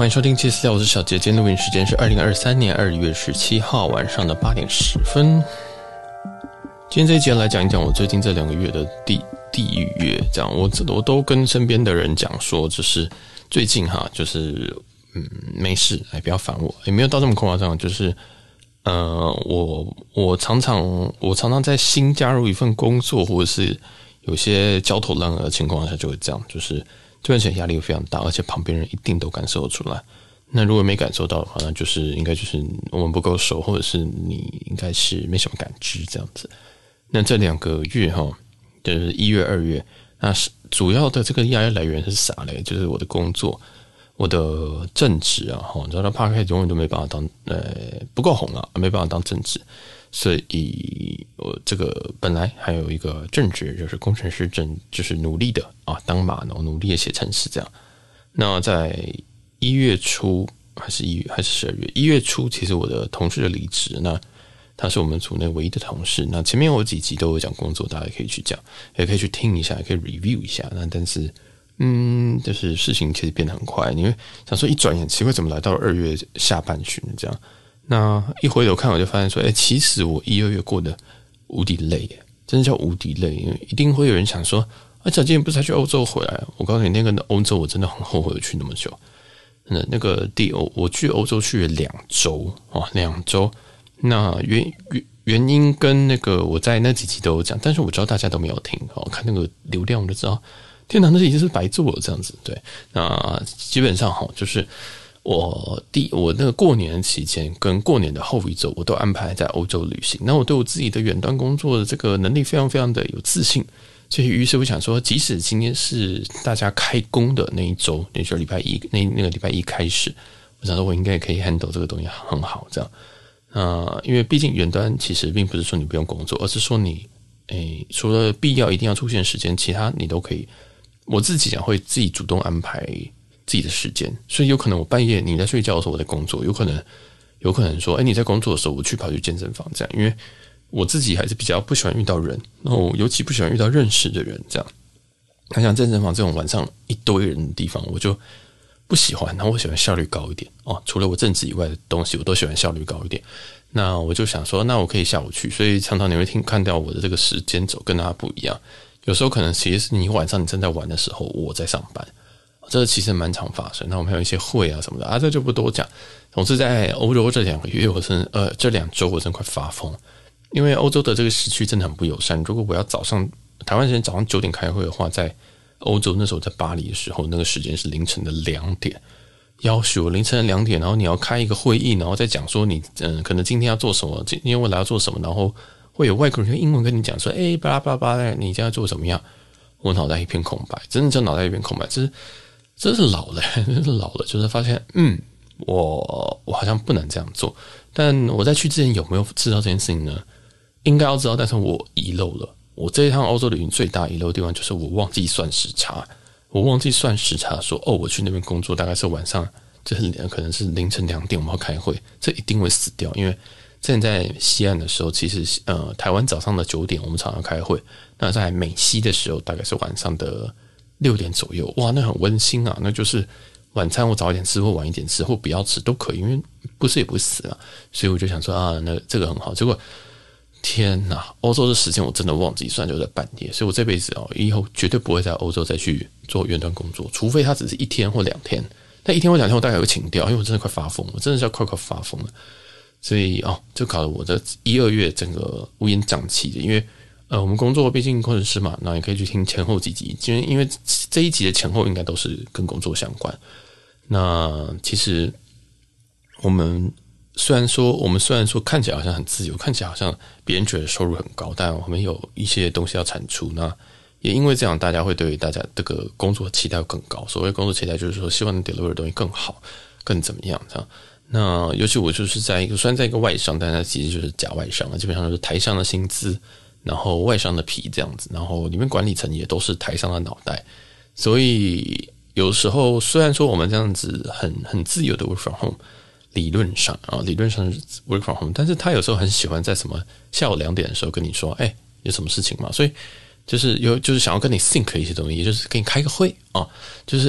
欢迎收听746，我是小杰。今天录音时间是2023年2月17号晚上的8点10分。今天这一集来讲一讲我最近这2个月的地狱这样，我都跟身边的人讲说，就是最近就是没事，不要烦我，也没有到这么夸张，就是我常常在新加入一份工作，或者是有些焦头烂额的情况下就会这样，就是这段时间压力非常大，而且旁边人一定都感受得出来。那如果没感受到的话，那就是应该就是我们不够熟，或者是你应该是没什么感知这样子。那这2个月就是1月2月，那主要的这个压力来源是啥嘞？就是我的工作，我的正职啊，你知道 Podcast 永远都没办法当不够红啊，没办法当正职，所以我这个本来还有一个正职，就是工程师就是努力的当码农，努力的写程式这样。那在1月初还是12月，1月初其实我的同事的离职，那他是我们组内唯一的同事。那前面有几集都有讲工作，大家可以去讲，也可以去听一下，也可以 review 一下。那但是就是事情其实变得很快，因为想说一转眼奇怪怎么来到了2月下半旬这样。那一回头看我就发现说，其实我1、2月过得无敌累耶，真的叫无敌累。因为一定会有人想说，小今天不是才去欧洲回来？我告诉你，那个欧洲我真的很后悔去那么久。那个我去欧洲去了2周2周。那原因跟那个我在那几集都有讲，但是我知道大家都没有听看那个流量我就知道，天哪，那已经是白做了这样子。对，那基本上就是我那个过年期间跟过年的后一周，我都安排在欧洲旅行。那我对我自己的远端工作的这个能力非常非常的有自信，所以于是我想说，即使今天是大家开工的那一周，那就是礼拜一，那个礼拜一开始，我想说我应该也可以 handle 这个东西很好这样。因为毕竟远端其实并不是说你不用工作，而是说你除了必要一定要出现的时间，其他你都可以。我自己讲会自己主动安排自己的时间，所以有可能我半夜你在睡觉的时候我在工作，有可能说你在工作的时候我跑去健身房这样。因为我自己还是比较不喜欢遇到人，然后尤其不喜欢遇到认识的人这样。像健身房这种晚上一堆人的地方，我就不喜欢，然后我喜欢效率高一点除了我正职以外的东西，我都喜欢效率高一点。那我就想说，那我可以下午去，所以常常你会看到我的这个时间轴跟大家不一样。有时候可能其实是你晚上你正在玩的时候，我在上班，这其实蛮常发生。那我们还有一些会什么的这就不多讲。总之在欧洲这2个月，这2周我真快发疯，因为欧洲的这个时区真的很不友善。如果我要台湾时间早上9点开会的话，在欧洲那时候在巴黎的时候，那个时间是凌晨的2点，要求凌晨的2点，然后你要开一个会议，然后再讲说你可能今天要做什么，今天未来要做什么，然后会有外国人用英文跟你讲说巴拉巴拉巴拉，你现在做什么样？我脑袋一片空白，真的就脑袋一片空白，真是老了，真是老了，就是发现我好像不能这样做。但我在去之前有没有知道这件事情呢？应该要知道，但是我遗漏了。我这一趟欧洲旅行最大遗漏的地方就是我忘记算时差。说我去那边工作大概是晚上，就是可能是凌晨2点我们要开会，这一定会死掉。因为现在西岸的时候，其实台湾早上的9点我们常常开会，那在美西的时候大概是晚上的6点左右。哇，那很温馨啊！那就是晚餐我早一点吃或晚一点吃或不要吃都可以，因为不是也不死啊。所以我就想说那这个很好。结果天哪，欧洲的时间我真的忘记算，就在半夜。所以我这辈子以后绝对不会在欧洲再去做远端工作，除非它只是1天或2天。但1天或2天我大概会请掉，因为我真的快发疯了，我真的是要快发疯了。所以就搞得我的1、2月整个乌烟瘴气的。因为我们工作毕竟工程师嘛，那也可以去听前后几集，因为这一集的前后应该都是跟工作相关。那其实我们虽然说看起来好像很自由，看起来好像别人觉得收入很高，但我们有一些东西要产出。那也因为这样，大家会对大家这个工作期待更高。所谓工作期待，就是说希望你 deliver 的东西更好，更怎么样这样。那尤其我就是虽然在一个外商，但它其实就是假外商，基本上就是台商的薪资，然后外商的皮这样子，然后里面管理层也都是台商的脑袋。所以有时候虽然说我们这样子很自由的 work from home，理论上是 work from home， 但是他有时候很喜欢在什么下午2点的时候跟你说，有什么事情嘛？所以就是想要跟你 think 一些东西，也就是跟你开个会就是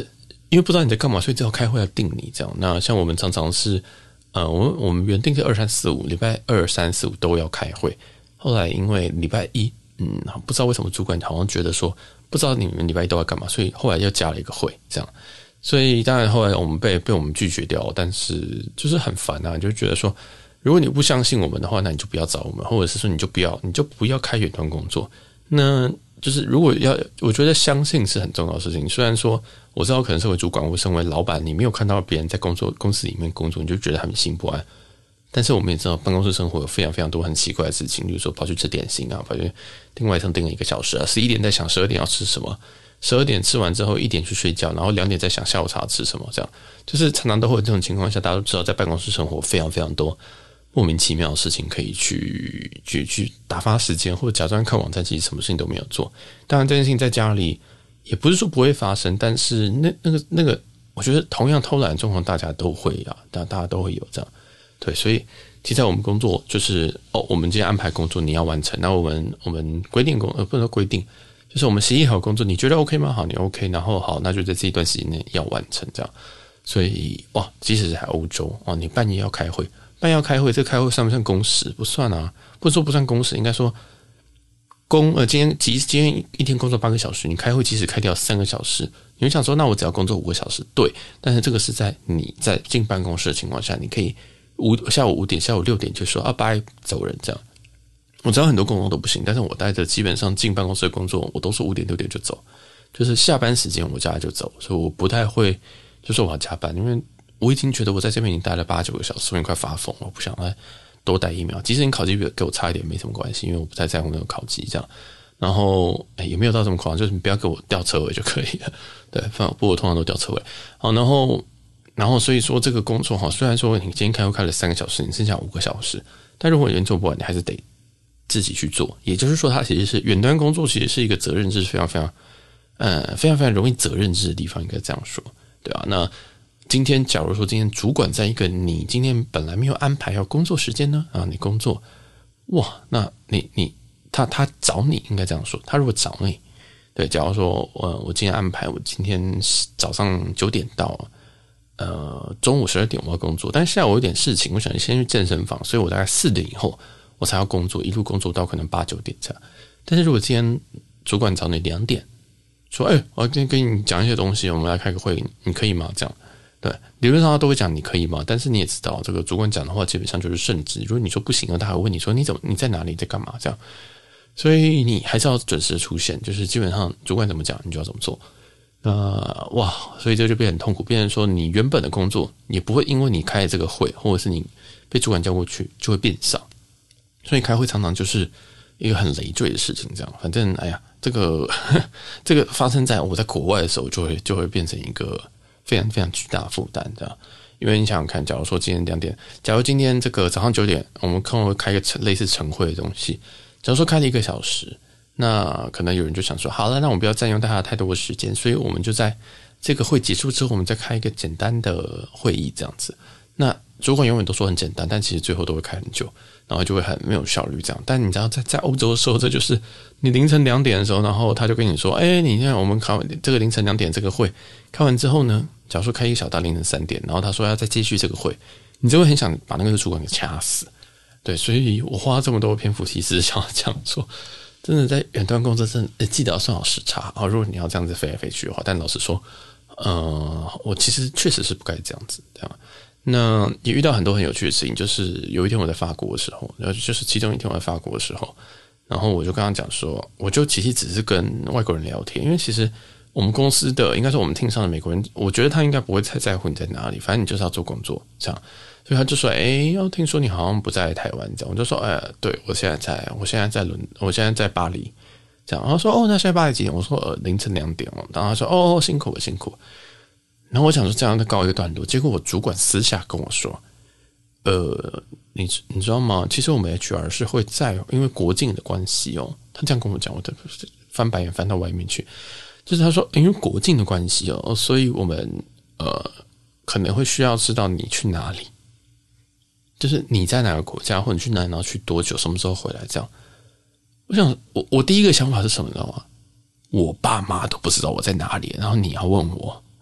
因为不知道你在干嘛，所以只好开会来定你这样。那像我们常常是我们原定是2、3、4、5礼拜2、3、4、5都要开会，后来因为礼拜一不知道为什么主管好像觉得说不知道你们礼拜一都要干嘛，所以后来又加了一个会这样。所以当然后来我们被我们拒绝掉，但是就是很烦啊，就觉得说如果你不相信我们的话，那你就不要找我们，或者是说你就不要开远端工作。那就是如果我觉得相信是很重要的事情。虽然说我知道可能身为主管或身为老板，你没有看到别人在公司里面工作，你就觉得很心不安。但是我们也知道办公室生活有非常非常多很奇怪的事情，比如说跑去吃点心啊，跑去订外送订了1个小时啊，11点在想12点要吃什么，12点吃完之后1点去睡觉，然后2点在想下午茶吃什么，这样就是常常都会有这种情况下，大家都知道在办公室生活非常非常多莫名其妙的事情可以去打发时间，或者假装看网站，其实什么事情都没有做。当然这件事情在家里也不是说不会发生，但是那个我觉得同样偷懒的状况大家都会啊，大家都会有这样。对，所以其实在我们工作就是我们今天安排工作你要完成，那我们规定不能说规定，就是我们协议好工作，你觉得 OK 吗？好，你 OK， 然后好，那就在这一段时间内要完成这样。所以即使是在欧洲你半夜要开会，这个开会算不算工时？不算啊，不是说不算工时，应该说今天一天工作8个小时，你开会即使开掉3个小时，你会想说那我只要工作5个小时，对，但是这个是在你在进办公室的情况下，你可以下午5点、下午6点就说拜走人这样。我知道很多工作都不行，但是我带着基本上进办公室的工作，我都是5点6点就走，就是下班时间我家就走，所以我不太会就说我要加班，因为我已经觉得我在这边已经待了8、9个小时，我已经快发疯了，我不想再多待1秒。即使你考绩给我差一点没什么关系，因为我不太在乎那个考绩这样。然后也没有到这么夸张，就是你不要给我吊车尾就可以了。对，不过我通常都吊车尾。好，然后所以说这个工作虽然说你今天开了3个小时，你剩下5个小时，但如果你做不完，你还是得自己去做。也就是说，它其实是远端工作，其实是一个责任制非常非常容易责任制的地方，应该这样说，对吧？那假如说今天主管在一个你今天本来没有安排要工作时间呢你工作，那他找你，应该这样说，他如果找你，对，假如说我今天安排我今天早上9点到中午12点我要工作，但是下午有点事情，我想先去健身房，所以我大概4点以后我才要工作，一路工作到可能8、9点这样。但是如果今天主管找你2点说我要跟你讲一些东西，我们来开个会，你可以吗？这样，对，理论上他都会讲你可以吗？但是你也知道，这个主管讲的话基本上就是圣旨。如果你说不行了，他还会问你说你在哪里，在干嘛？这样，所以你还是要准时出现，就是基本上主管怎么讲，你就要怎么做。所以这就变得很痛苦，变成说你原本的工作也不会因为你开了这个会，或者是你被主管叫过去就会变少。所以开会常常就是一个很累赘的事情，这样。反正这个发生在我在国外的时候，就会变成一个非常非常巨大的负担，这样。因为你想想看，假如说今天2点，假如今天这个早上9点，我们可能会开一个类似晨会的东西。假如说开了1个小时，那可能有人就想说，好了，那我们不要占用大家太多的时间，所以我们就在这个会结束之后，我们再开一个简单的会议，这样子。那主管永远都说很简单，但其实最后都会开很久，然后就会很没有效率这样。但你知道在欧洲的时候，这就是你凌晨2点的时候，然后他就跟你说，你看我们开完这个凌晨2点这个会开完之后呢，假如说开1小到凌晨3点，然后他说要再继续这个会，你就会很想把那个主管给掐死。对，所以我花这么多篇幅其实想要讲说，真的在远端工作真的记得要算好时差如果你要这样子飞来飞去的话，但老实说我其实确实是不该这样子，这样。那也遇到很多很有趣的事情，就是有一天我在法国的时候，就是其中一天我在法国的时候，然后我就跟他讲说，我就其实只是跟外国人聊天，因为其实我们公司的应该说我们team上的美国人，我觉得他应该不会太在乎你在哪里，反正你就是要做工作这样。所以他就说听说你好像不在台湾这样。我就说对，我现在在巴黎这样。然后说那现在巴黎几点？我说凌晨2点然后他说辛苦了。然后我想说这样告一个段落，结果我主管私下跟我说你知道吗？其实我们 HR 是会因为国境的关系他这样跟我讲，我的翻白眼翻到外面去，就是他说因为国境的关系所以我们可能会需要知道你去哪里，就是你在哪个国家，或者你去哪里，然后去多久，什么时候回来这样。我想我第一个想法是什么，你知道吗？我爸妈都不知道我在哪里，然后你要问我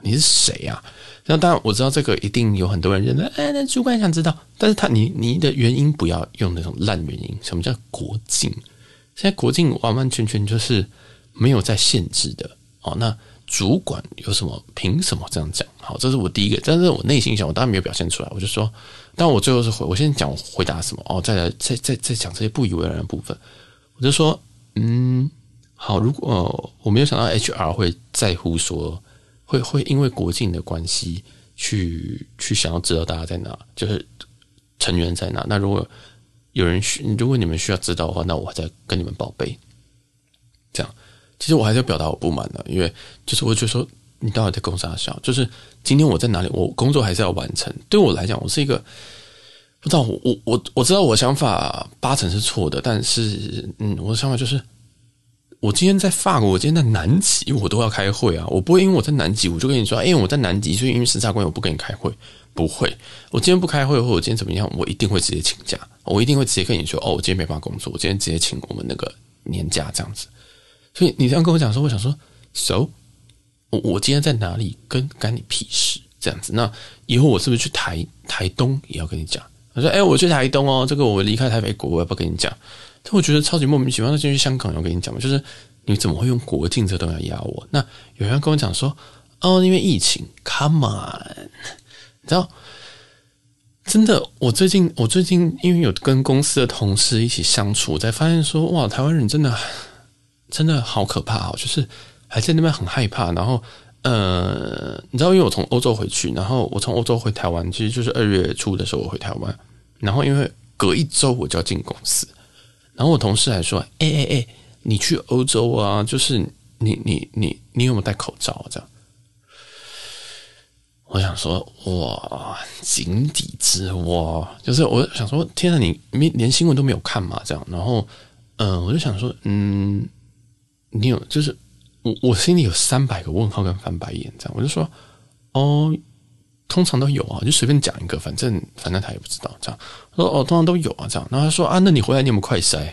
你是谁啊？那当然我知道这个一定有很多人认为，那主管想知道，但是你的原因不要用那种烂原因。什么叫国境？现在国境完完全全就是没有在限制的哦。那主管有什么？凭什么这样讲？好，这是我第一个，但是我内心想，我当然没有表现出来，我就说，但我最后是我先讲我回答什么哦，再讲这些不以为然的部分，我就说，好，如果我没有想到 HR 会在乎说，会因为国境的关系去想要知道大家在哪，就是成员在哪。那如果如果你们需要知道的话，那我再跟你们报备。这样，其实我还是要表达我不满的，因为就是我就说你到底在攻啥小？就是今天我在哪里，我工作还是要完成。对我来讲，我是一个不知道我知道我想法80%是错的，但是我的想法就是。我今天在法国，我今天在南极，我都要开会啊！我不会因为我在南极，我就跟你说，我在南极，所以因为时差关系，我不跟你开会。不会，我今天不开会，或者我今天怎么样，我一定会直接请假。我一定会直接跟你说，我今天没办法工作，我今天直接请我们那个年假这样子。所以你这样跟我讲说，我想说 ，so， 我今天在哪里，干你屁事这样子。那以后我是不是去台东也要跟你讲？我说，我去台东哦，这个我离开台北国，我要不要跟你讲？但我觉得超级莫名其妙。那先去香港，要跟你讲嘛，就是你怎么会用国境这东西要压我？那有人跟我讲说，因为疫情 ，come on， 你知道，真的，我最近因为有跟公司的同事一起相处，才发现说，哇，台湾人真的好可怕哦，就是还在那边很害怕。然后，你知道，因为我从欧洲回去，然后我从欧洲回台湾，其实就是2月初的时候我回台湾，然后因为隔1周我就要进公司。然后我同事还说：“你去欧洲啊？就是你有没有戴口罩？这样？”我想说，哇，井底之蛙，就是我想说，天啊，你连新闻都没有看嘛？这样，然后，我就想说，你有，就是我心里有300个问号跟翻白眼，这样，我就说，通常都有啊，就随便讲一个，反正他也不知道这样。我说通常都有啊，这样。然后他说那你回来你有没有快筛？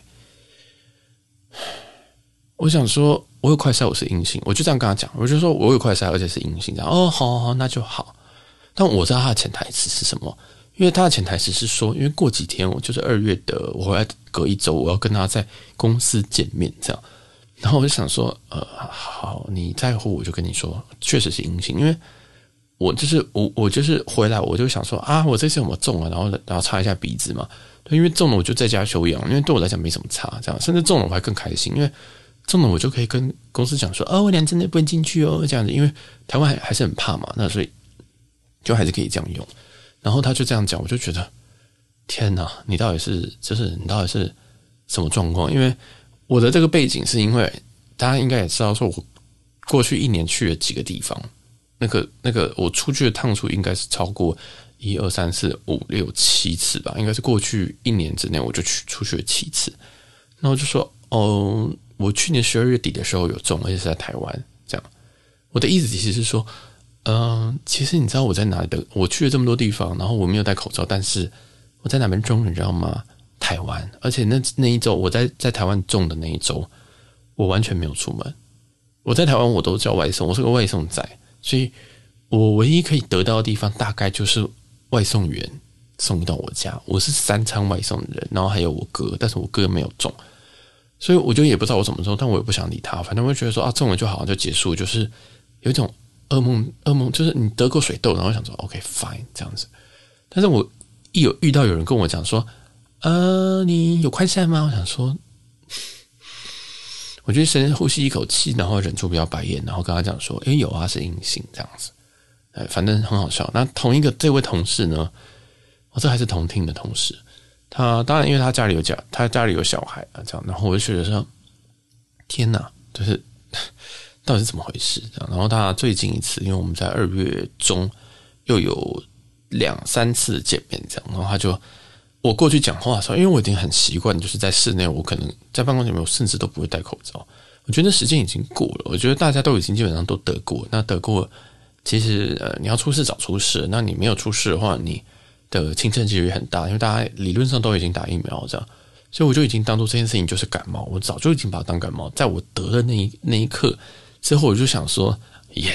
我想说我有快筛，我是阴性，我就这样跟他讲，我就说我有快筛，而且是阴性，这样。好，那就好。但我知道他的潜台词是什么，因为他的潜台词是说，因为过几天我就是2月的，我回来隔1周，我要跟他在公司见面，这样。然后我就想说，好，你在乎我就跟你说，确实是阴性，因为。我就是回来，我就想说我这次有没有中啊？然后擦一下鼻子嘛。对，因为中了我就在家休养，因为对我来讲没什么差，这样。甚至中了我还更开心，因为中了我就可以跟公司讲说，我2针内不能进去哦，这样子。因为台湾还是很怕嘛，那所以就还是可以这样用。然后他就这样讲，我就觉得天哪，你到底是什么状况？因为我的这个背景是因为大家应该也知道，说我过去1年去了几个地方。那个，我出去的趟数应该是超过1、2、3、4、5、6、7次吧，应该是过去1年之内我就出去了7次。那我就说，我去年12月底的时候有中，而且是在台湾。这样，我的意思其实是说，其实你知道我在哪里的？我去了这么多地方，然后我没有戴口罩，但是我在哪边中，你知道吗？台湾，而且那一周我在台湾中的那一周，我完全没有出门。我在台湾我都叫外送，我是个外送仔。所以我唯一可以得到的地方大概就是外送员送到我家，我是3餐外送的人，然后还有我哥，但是我哥没有中，所以我就也不知道我怎么中，但我也不想理他，反正我就觉得说中了就好，就结束，就是有一种噩梦，就是你得过水痘，然后想说 OK fine 这样子。但是我一有遇到有人跟我讲说，你有快筛吗？我想说。我就深呼吸一口气，然后忍住不要白眼，然后跟他讲说：“有啊，是阴性这样子。”反正很好笑。那这位同事呢？这还是同厅的同事。他当然因为他家里有小孩啊，这样。然后我就觉得说：“天哪，就是到底是怎么回事？”这样。然后他最近一次，因为我们在2月中又有2、3次见面，这样。然后我过去讲话的时候，因为我已经很习惯，就是在室内，我可能在办公室里面，我甚至都不会戴口罩。我觉得时间已经过了，我觉得大家都已经基本上都得过。那得过，其实你要出事早出事，那你没有出事的话，你的轻症几率很大，因为大家理论上都已经打疫苗这样，所以我就已经当做这件事情就是感冒，我早就已经把它当感冒。在我得的那一刻之后，我就想说 ，yes，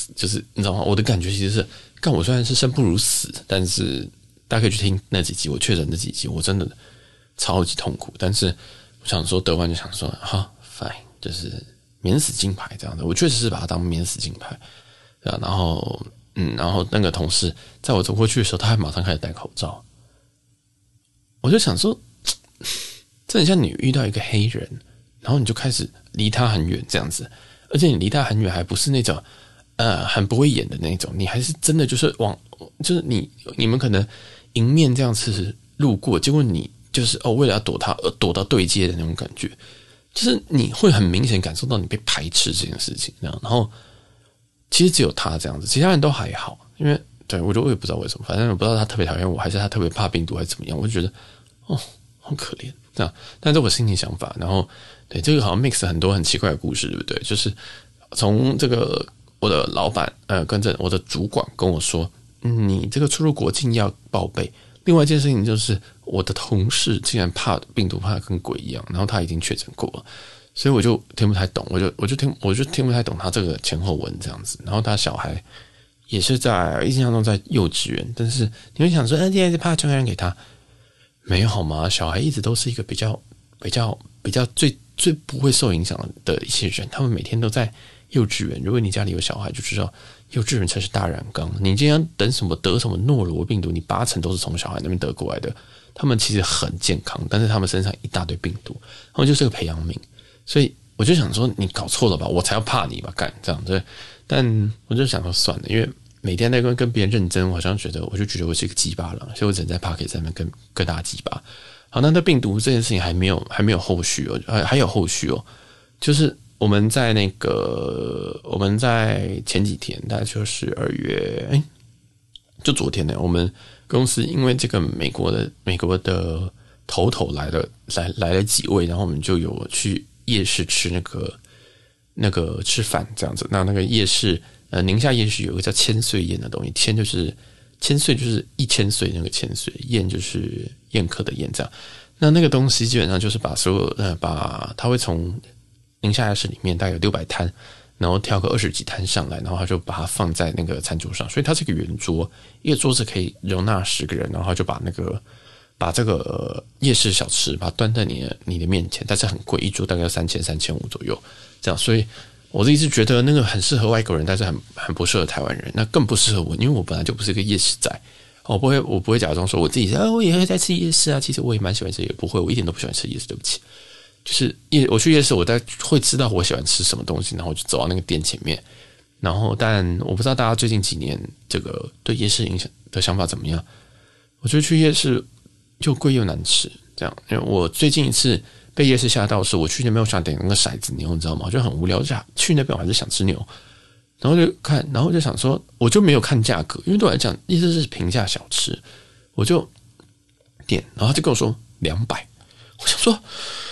就是你知道吗？我的感觉其实是，干我虽然是生不如死，但是大家可以去听那几集我确诊那几集，我真的超级痛苦。但是我想说得完就想说哈 fine， 就是免死金牌这样的，我确实是把它当免死金牌，对啊。然后那个同事在我走过去的时候，他还马上开始戴口罩，我就想说，这很像你遇到一个黑人，然后你就开始离他很远这样子，而且你离他很远还不是那种很不会演的那种，你还是真的就是就是你们可能迎面这样子路过，结果你就是为了要躲他而躲到对接的那种感觉，就是你会很明显感受到你被排斥这件事情，然后其实只有他这样子，其他人都还好，因为对我也不知道为什么，反正我不知道他特别讨厌我，还是他特别怕病毒，还是怎么样，我就觉得好可怜这样，但是我心里想法，然后对这个好像 mix 很多很奇怪的故事，对不对？就是从这个我的老板跟着我的主管跟我说，你这个出入国境要报备。另外一件事情就是我的同事竟然怕病毒怕得跟鬼一样，然后他已经确诊过了，所以我就听不太懂，我就听不太懂他这个前后文这样子。然后他小孩也是在印象中在幼稚园，但是你会想说，现在是怕传染给他，没有好吗？小孩一直都是一个比较最不会受影响的一些人，他们每天都在幼稚园。如果你家里有小孩，就知道幼稚园才是大染缸。你今天等什么得什么诺罗病毒，你80%都是从小孩那边得过来的。他们其实很健康，但是他们身上一大堆病毒，他们就是个培养皿。所以我就想说，你搞错了吧？我才要怕你吧，干这样对。但我就想说算了，因为每天在跟别人认真，我好像觉得我是一个鸡巴狼，所以我只能在 Podcast 上面跟大家鸡巴。好，那病毒这件事情还没有后续还有后续就是我们在前几天，大概就是2月，就昨天呢，我们公司因为这个美国的头来了几位，然后我们就有去夜市吃那个吃饭这样子。那个夜市宁夏夜市有一个叫千岁宴的东西，千岁就是1000岁那个千岁，宴就是宴客的宴这样。那个东西基本上就是把所有把它会从宁夏夜市里面大概有600摊，然后挑个20几摊上来，然后他就把它放在那个餐桌上，所以它是一个圆桌，一个桌子可以容纳10个人，然后就把这个夜市小吃把它端在你的面前，但是很贵，一桌大概要3000、3500左右这样。所以我自己是觉得那个很适合外国人，但是很不适合台湾人，那更不适合我，因为我本来就不是一个夜市仔。我不会假装说我自己我也会在吃夜市啊，其实我也蛮喜欢吃，也不会，我一点都不喜欢吃夜市，对不起。就是我去夜市，我大概会知道我喜欢吃什么东西，然后我就走到那个店前面。然后，但我不知道大家最近几年这个对夜市影响的想法怎么样。我觉得去夜市又贵又难吃，这样。因为我最近一次被夜市吓到是，我去那边我想点那个骰子牛，你知道吗？我就很无聊，就去那边我还是想吃牛。然后就看，然后就想说，我就没有看价格，因为对我来讲，夜市是平价小吃，我就点，然后他就跟我说200，我想说，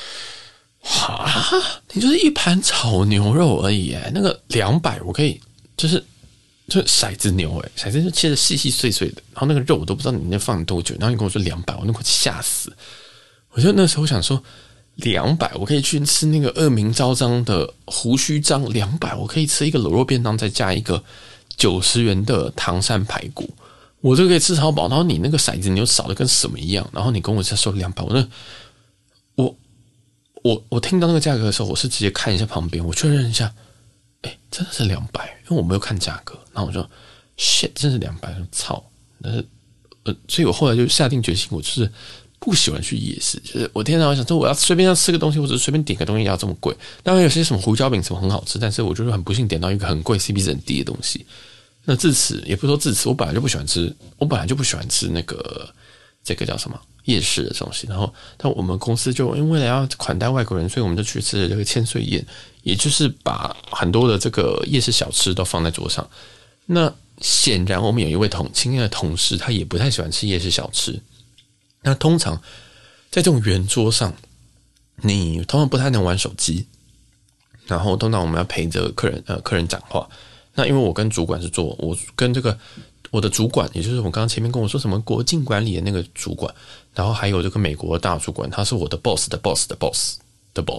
你就是一盘炒牛肉而已，那个200我可以，就是骰子牛，骰子就切得细细碎碎的，然后那个肉我都不知道你那放多久，然后你跟我说200，我那会吓死，我就那时候想说。200，我可以去吃那个恶名昭彰的胡须章，200我可以吃一个卤肉便当，再加一个90元的唐山排骨，我就可以吃超饱。然后你那个骰子牛少的跟什么一样，然后你跟我再说200，我听到那个价格的时候，我是直接看一下旁边，我确认一下，真的是200，因为我没有看价格，然后我就 shit， 真是200，操！但是所以我后来就下定决心，我就是。不喜欢去夜市，就是我天哪！我想说，我要随便要吃个东西，或者随便点个东西，要这么贵。当然有些什么胡椒饼什么很好吃，但是我就是很不幸点到一个很贵、CP 值很低的东西。那自此也不是说自此，我本来就不喜欢吃那个这个叫什么夜市的东西。然后，但我们公司就为了要款待外国人，所以我们就去吃了这个千岁宴，也就是把很多的这个夜市小吃都放在桌上。那显然，我们有一位亲爱的同事，他也不太喜欢吃夜市小吃。那通常在这种圆桌上，你通常不太能玩手机，然后通常我们要陪着客人讲话。那因为我跟主管我跟我的主管，也就是我刚刚前面跟我说什么国境管理的那个主管，然后还有这个美国的大主管，他是我的 boss 的 boss 的 boss 的 boss，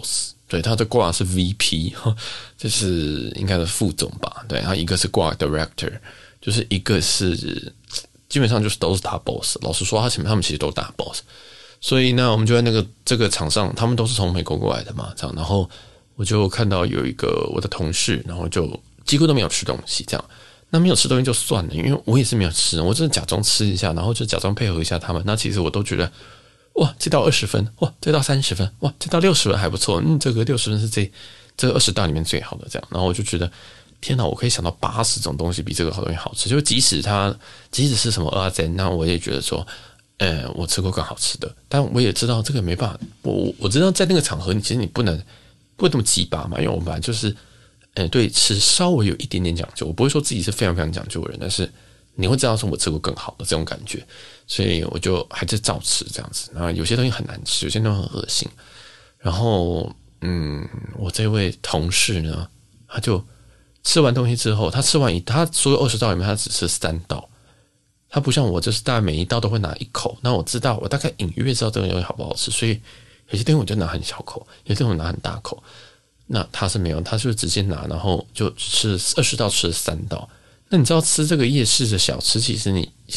对，他的挂是 VP， 就是应该是副总吧。对，他一个是挂 Director， 就是一个是基本上就是都是大 boss。老实说，他们其实都是大 boss。所以呢，我们就在这个场上，他们都是从美国过来的嘛，这样。然后我就看到有一个我的同事，然后就几乎都没有吃东西，这样。那没有吃东西就算了，因为我也是没有吃，我真的假装吃一下，然后就假装配合一下他们。那其实我都觉得，哇，这道20分，哇，这道30分，哇，这道60分还不错，这个60分是这个20道里面最好的这样。然后我就觉得，天哪，我可以想到80种东西比这个好东西好吃，就即使是什么蚵仔煎，那我也觉得说，我吃过更好吃的，但我也知道这个没办法，我知道在那个场合，其实你不能那么鸡巴嘛，因为我本来就是。对吃稍微有一点点讲究，我不会说自己是非常非常讲究的人，但是你会知道说我吃过更好的这种感觉，所以我就还是照吃这样子。然后有些东西很难吃，有些东西很恶心。然后我这位同事呢，他就吃完东西之后，他所有20道里面他只吃3道，他不像我，就是大概每一道都会拿1口。那我大概隐约知道这个东西好不好吃，所以有些东西我就拿很小口，有些东西我拿很大口。那他是没有，他就直接拿，然后就吃20道，吃了3道。那你知道吃这个夜市的小吃，其实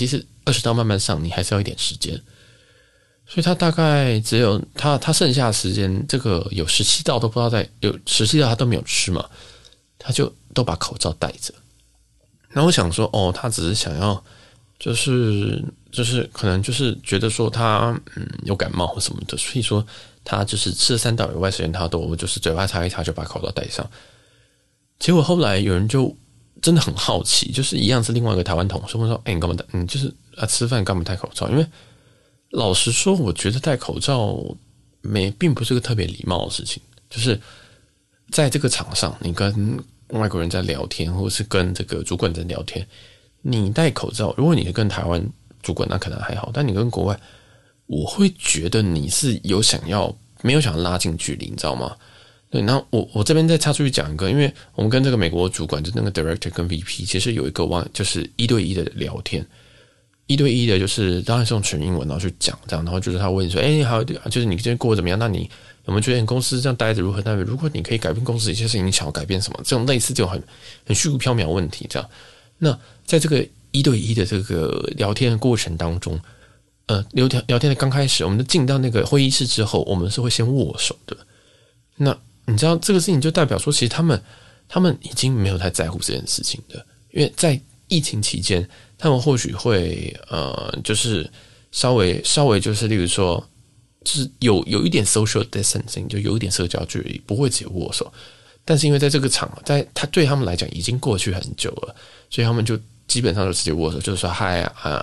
20道慢慢上，你还是要一点时间。所以他大概只有他剩下的时间，这个有17道都不知道有17道他都没有吃嘛，他就都把口罩戴着。然后我想说，他只是想要，就是可能就是觉得说他有感冒或什么的，所以说。他就是吃了3道以外时间他都就是嘴巴擦一擦就把口罩戴上，结果后来有人就真的很好奇，就是一样是另外一个台湾同事问说：“你干嘛戴？你就是吃饭干嘛戴口罩？”因为老实说，我觉得戴口罩并不是个特别礼貌的事情，就是在这个场上，你跟外国人在聊天，或者是跟这个主管在聊天，你戴口罩，如果你是跟台湾主管，那可能还好，但你跟国外。我会觉得你是没有想要拉近距离，你知道吗？对，然后我这边再插出去讲一个，因为我们跟这个美国主管，就那个 director 跟 VP， 其实有一个就是1对1的聊天，1对1的，就是当然是用纯英文然后去讲这样，然后就是他问你说，好，就是你今天过得怎么样？那你有没有觉得你公司这样待着如何？如果你可以改变公司一些事情，你想要改变什么？这种类似这种很虚无缥缈的问题，这样。那在这个1对1的这个聊天的过程当中。聊天的刚开始，我们进到那个会议室之后，我们是会先握手的。那你知道这个事情就代表说，其实他们已经没有太在乎这件事情的，因为在疫情期间，他们或许会就是稍微就是，例如说，就是有一点 social distancing， 就有一点社交距离，不会直接握手。但是因为在这个场合，他对他们来讲已经过去很久了，所以他们就。基本上就直接握手，就是说 Hi,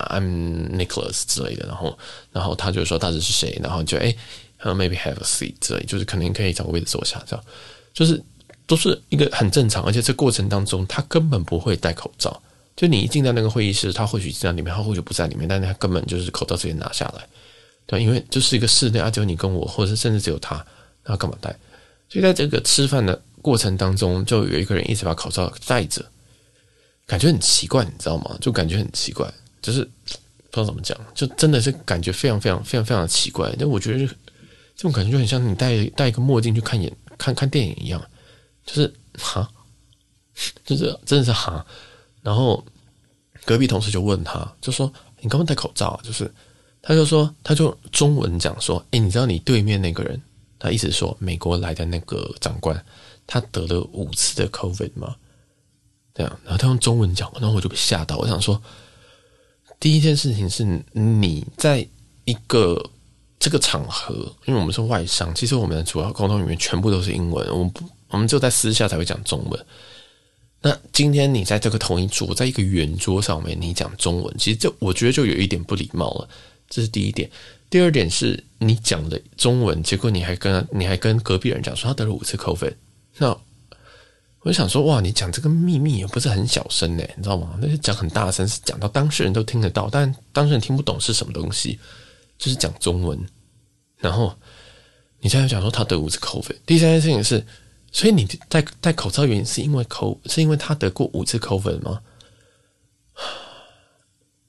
I'm Nicholas 之类的，然后他就说他是谁，然后就maybe have a seat 之类，就是可能可以找个位置坐下，这样就是都是一个很正常，而且这过程当中他根本不会戴口罩，就你一进到那个会议室，他或许在里面，他或许不在里面，但是他根本就是口罩直接拿下来，对，因为就是一个室内只有你跟我，或者是甚至只有他，那干嘛戴？所以在这个吃饭的过程当中，就有一个人一直把口罩戴着。感觉很奇怪，你知道吗？就感觉很奇怪，就是不知道怎么讲，就真的是感觉非常非常非常非常的奇怪。但我觉得这种感觉就很像你戴一个墨镜去看电影一样，就是就是真的是然后隔壁同事就问他，就说你干嘛戴口罩啊？就是他就中文讲说，你知道你对面那个人，他意思说美国来的那个长官，他得了5次的 COVID 吗？这样，然后他用中文讲，然后我就被吓到。我想说，第一件事情是你在一个这个场合，因为我们是外商，其实我们的主要沟通语言全部都是英文，我们只有在私下才会讲中文。那今天你在这个同一桌，在一个圆桌上面，你讲中文，其实我觉得就有一点不礼貌了。这是第一点。第二点是你讲的中文，结果你还跟隔壁人讲说他得了5次 COVID， 那。我就想说，哇，你讲这个秘密也不是很小声你知道吗？那就讲很大声，是讲到当事人都听得到，但当事人听不懂是什么东西，就是讲中文。然后你现在讲说他得5次 COVID， 第三件事情是，所以你戴口罩原因是因为他得过5次 COVID 吗？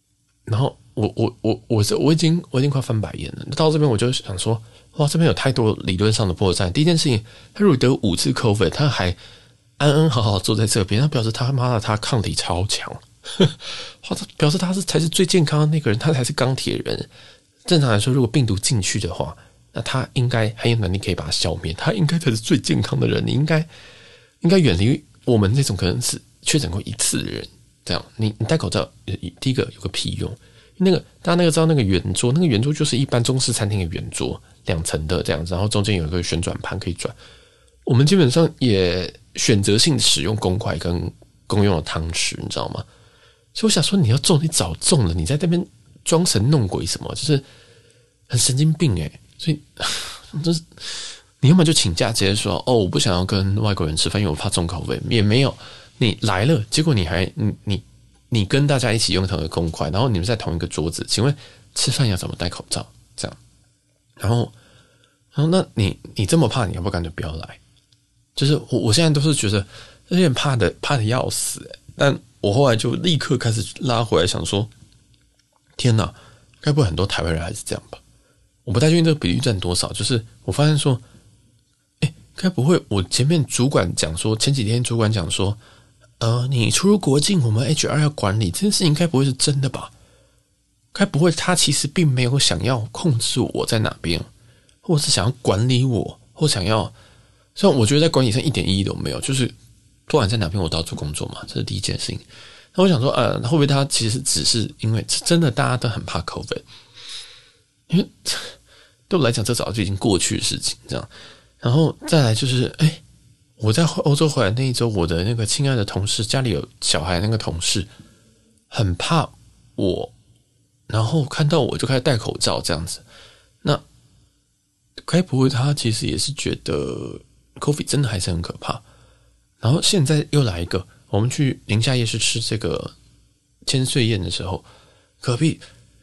然后我已经快翻白眼了。到这边我就想说，哇，这边有太多理论上的破绽。第一件事情，他如果得5次 COVID，他还安安好好坐在这边，他表示他妈的他抗体超强，表示他才是最健康的那个人，他才是钢铁人。正常来说，如果病毒进去的话，那他应该很有能力可以把它消灭，他应该才是最健康的人。你应该远离我们这种可能是确诊过1次的人。这样，你戴口罩，第一个有个屁用。大家知道那个圆桌，那个圆桌就是一般中式餐厅的圆桌，2层的这样子，然后中间有一个旋转盘可以转。我们基本上也选择性使用公筷跟公用的汤匙，你知道吗？所以我想说，你要中，你早中了，你在那边装神弄鬼什么，就是很神经病欸。所以就是你要么就请假直接说，哦，我不想要跟外国人吃饭，因为我怕重口味，也没有。你来了，结果你跟大家一起用同一个公筷，然后你们在同一个桌子，请问吃饭要怎么戴口罩？这样，然后那你这么怕，你要不干脆不要来？就是我现在都是觉得有点怕的要死欸，但我后来就立刻开始拉回来，想说，天哪，该不会很多台湾人还是这样吧？我不太确定这个比例占多少，就是我发现说，该不会我前面主管讲说，前几天主管讲说，你出入国境，我们 HR 要管理这件事情，该不会是真的吧？该不会他其实并没有想要控制我在哪边，或是想要管理我，或想要，虽然我觉得在管理上一点意义都没有，就是不管在哪边我都要做工作嘛，这是第一件事情。那我想说，会不会他其实只是因为真的大家都很怕 COVID， 因为对我来讲，这早就已经过去的事情，这样。然后再来就是，我在欧洲回来那一周，我的那个亲爱的同事，家里有小孩那个同事，很怕我，然后看到我就开始戴口罩这样子。那该不会他其实也是觉得 COVID 真的还是很可怕？然后现在又来一个，我们去宁夏夜市吃这个千岁宴的时候，隔壁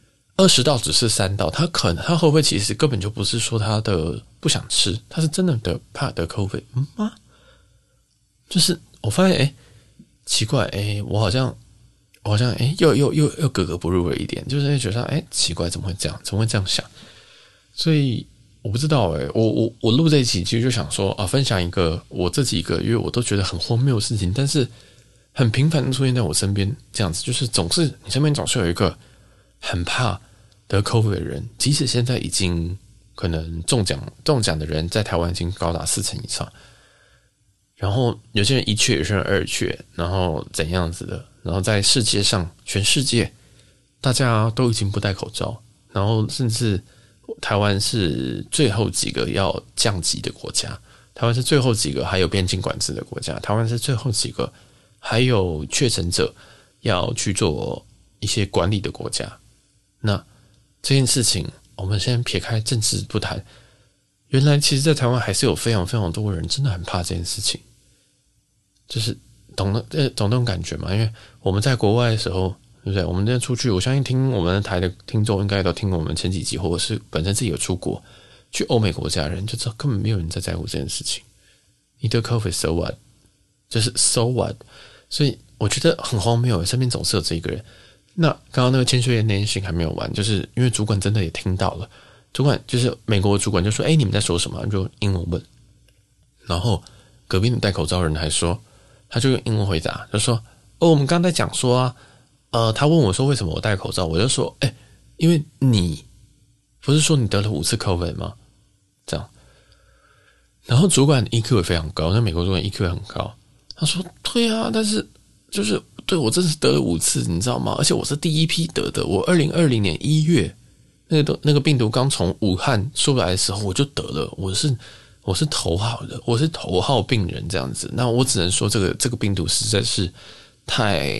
20道只是3道，他会不会其实根本就不是说他的不想吃，他是真的怕得 COVID 吗？就是我发现奇怪我好像又格格不入了一点，就是觉得奇怪，怎么会这样想？所以我不知道我录这一期其实就想说分享一个我这几个月我都觉得很荒谬的事情，但是很频繁的出现在我身边，这样子就是你身边总是有一个很怕得 COVID 的人，即使现在已经可能中奖的人在台湾已经高达40%以上，然后有些人1确，有些人2确，然后怎样子的，然后在世界上全世界大家都已经不戴口罩，然后甚至台湾是最后几个要降级的国家，台湾是最后几个还有边境管制的国家，台湾是最后几个还有确诊者要去做一些管理的国家。那这件事情我们先撇开政治不谈，原来其实在台湾还是有非常非常多人真的很怕这件事情，就是懂那种感觉嘛？因为我们在国外的时候，对不对？我们这出去，我相信听我们的台的听众应该都听过我们前几集，或者是本身自己有出国去欧美国家的人就知道，根本没有人在乎这件事情。你得 COVID so what， 就是 so what。所以我觉得很荒谬，身边总是有这一个人。那刚刚那个千岁宴那件事情还没有完，就是因为主管真的也听到了，主管就是美国的主管就说：“你们在说什么？”就英文问，然后隔壁的戴口罩的人还说，他就用英文回答，就说：“我们刚才讲说啊，他问我说为什么我戴口罩，我就说，因为你不是说你得了5次 COVID 吗？这样。”然后主管 EQ 也非常高，那美国主管 EQ 也很高，他说：“对啊，但是就是对我真是得了5次，你知道吗？而且我是第一批得的，我2020年1月那个病毒刚从武漢出来的时候我就得了，我是头号的，我是头号病人这样子。那我只能说这个病毒实在是太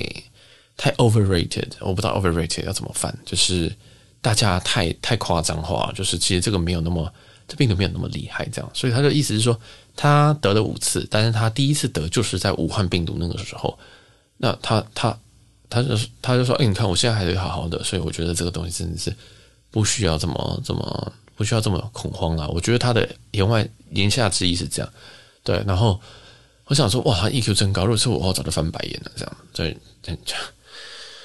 overrated， 我不知道 overrated 要怎么翻，就是大家太夸张化，就是其实这个病毒没有那么厉害这样。所以他的意思是说，他得了5次，但是他第一次得就是在武汉病毒那个时候。那他就说，你看我现在还是好好的，所以我觉得这个东西真的是不需要这么恐慌啦。我觉得他的言下之意是这样，对。然后我想说，哇，他 EQ 真高，如果是我早就翻白眼了，这样，对。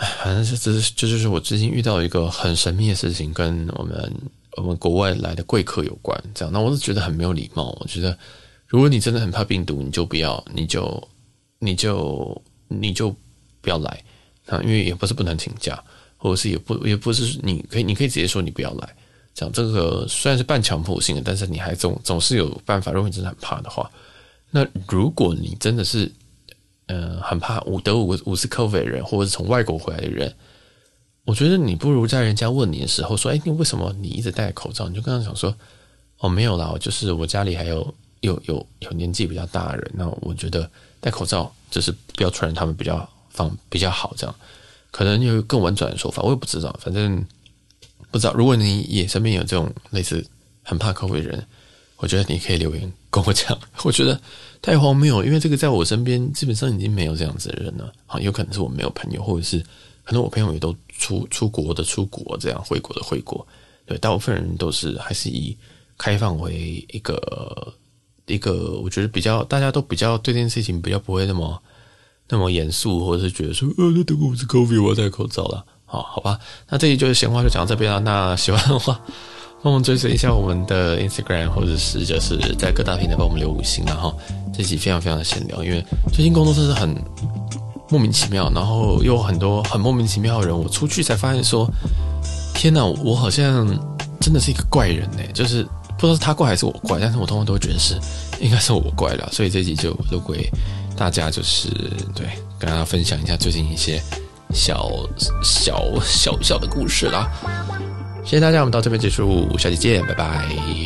反正这就是我最近遇到一个很神秘的事情，跟我们国外来的贵客有关。这样，那我是觉得很没有礼貌。我觉得，如果你真的很怕病毒，你就不要，你就不要来。因为也不是不能请假，或者是也不是你可以直接说你不要来。这样，这个虽然是半强迫性的，但是你还总是有办法。如果你真的很怕的话，那如果你真的是很怕得五次 COVID 的人，或者是从外国回来的人，我觉得你不如在人家问你的时候说，你为什么你一直戴口罩？你就跟他讲说，没有啦，就是我家里还有年纪比较大的人，那我觉得戴口罩就是不要传染他们比较好，这样可能有更婉转的说法，我也不知道，反正不知道。如果你也身边有这种类似很怕 COVID 的人，我觉得你可以留言跟我讲。我觉得太荒谬，因为这个在我身边基本上已经没有这样子的人了。有可能是我没有朋友，或者是可能我朋友也都出国的出国，这样回国的回国。对，大部分人都是还是以开放为一个，我觉得大家都比较对这件事情比较不会那么严肃，或者是觉得说那等我是 COVID 我要戴口罩了。好吧，那这里就是闲话就讲到这边了。那喜欢的话，帮我们追随一下我们的 Instagram， 或者是就是在各大平台帮我们留5星。然后这集非常非常的闲聊，因为最近工作真是很莫名其妙，然后又有很多很莫名其妙的人，我出去才发现说，天哪，我好像真的是一个怪人欸，就是不知道是他怪还是我怪，但是我通常都会觉得应该是我怪啦。所以这集就留给大家，就是对跟大家分享一下最近一些小的故事啦。谢谢大家，我们到这边结束，下期见，拜拜。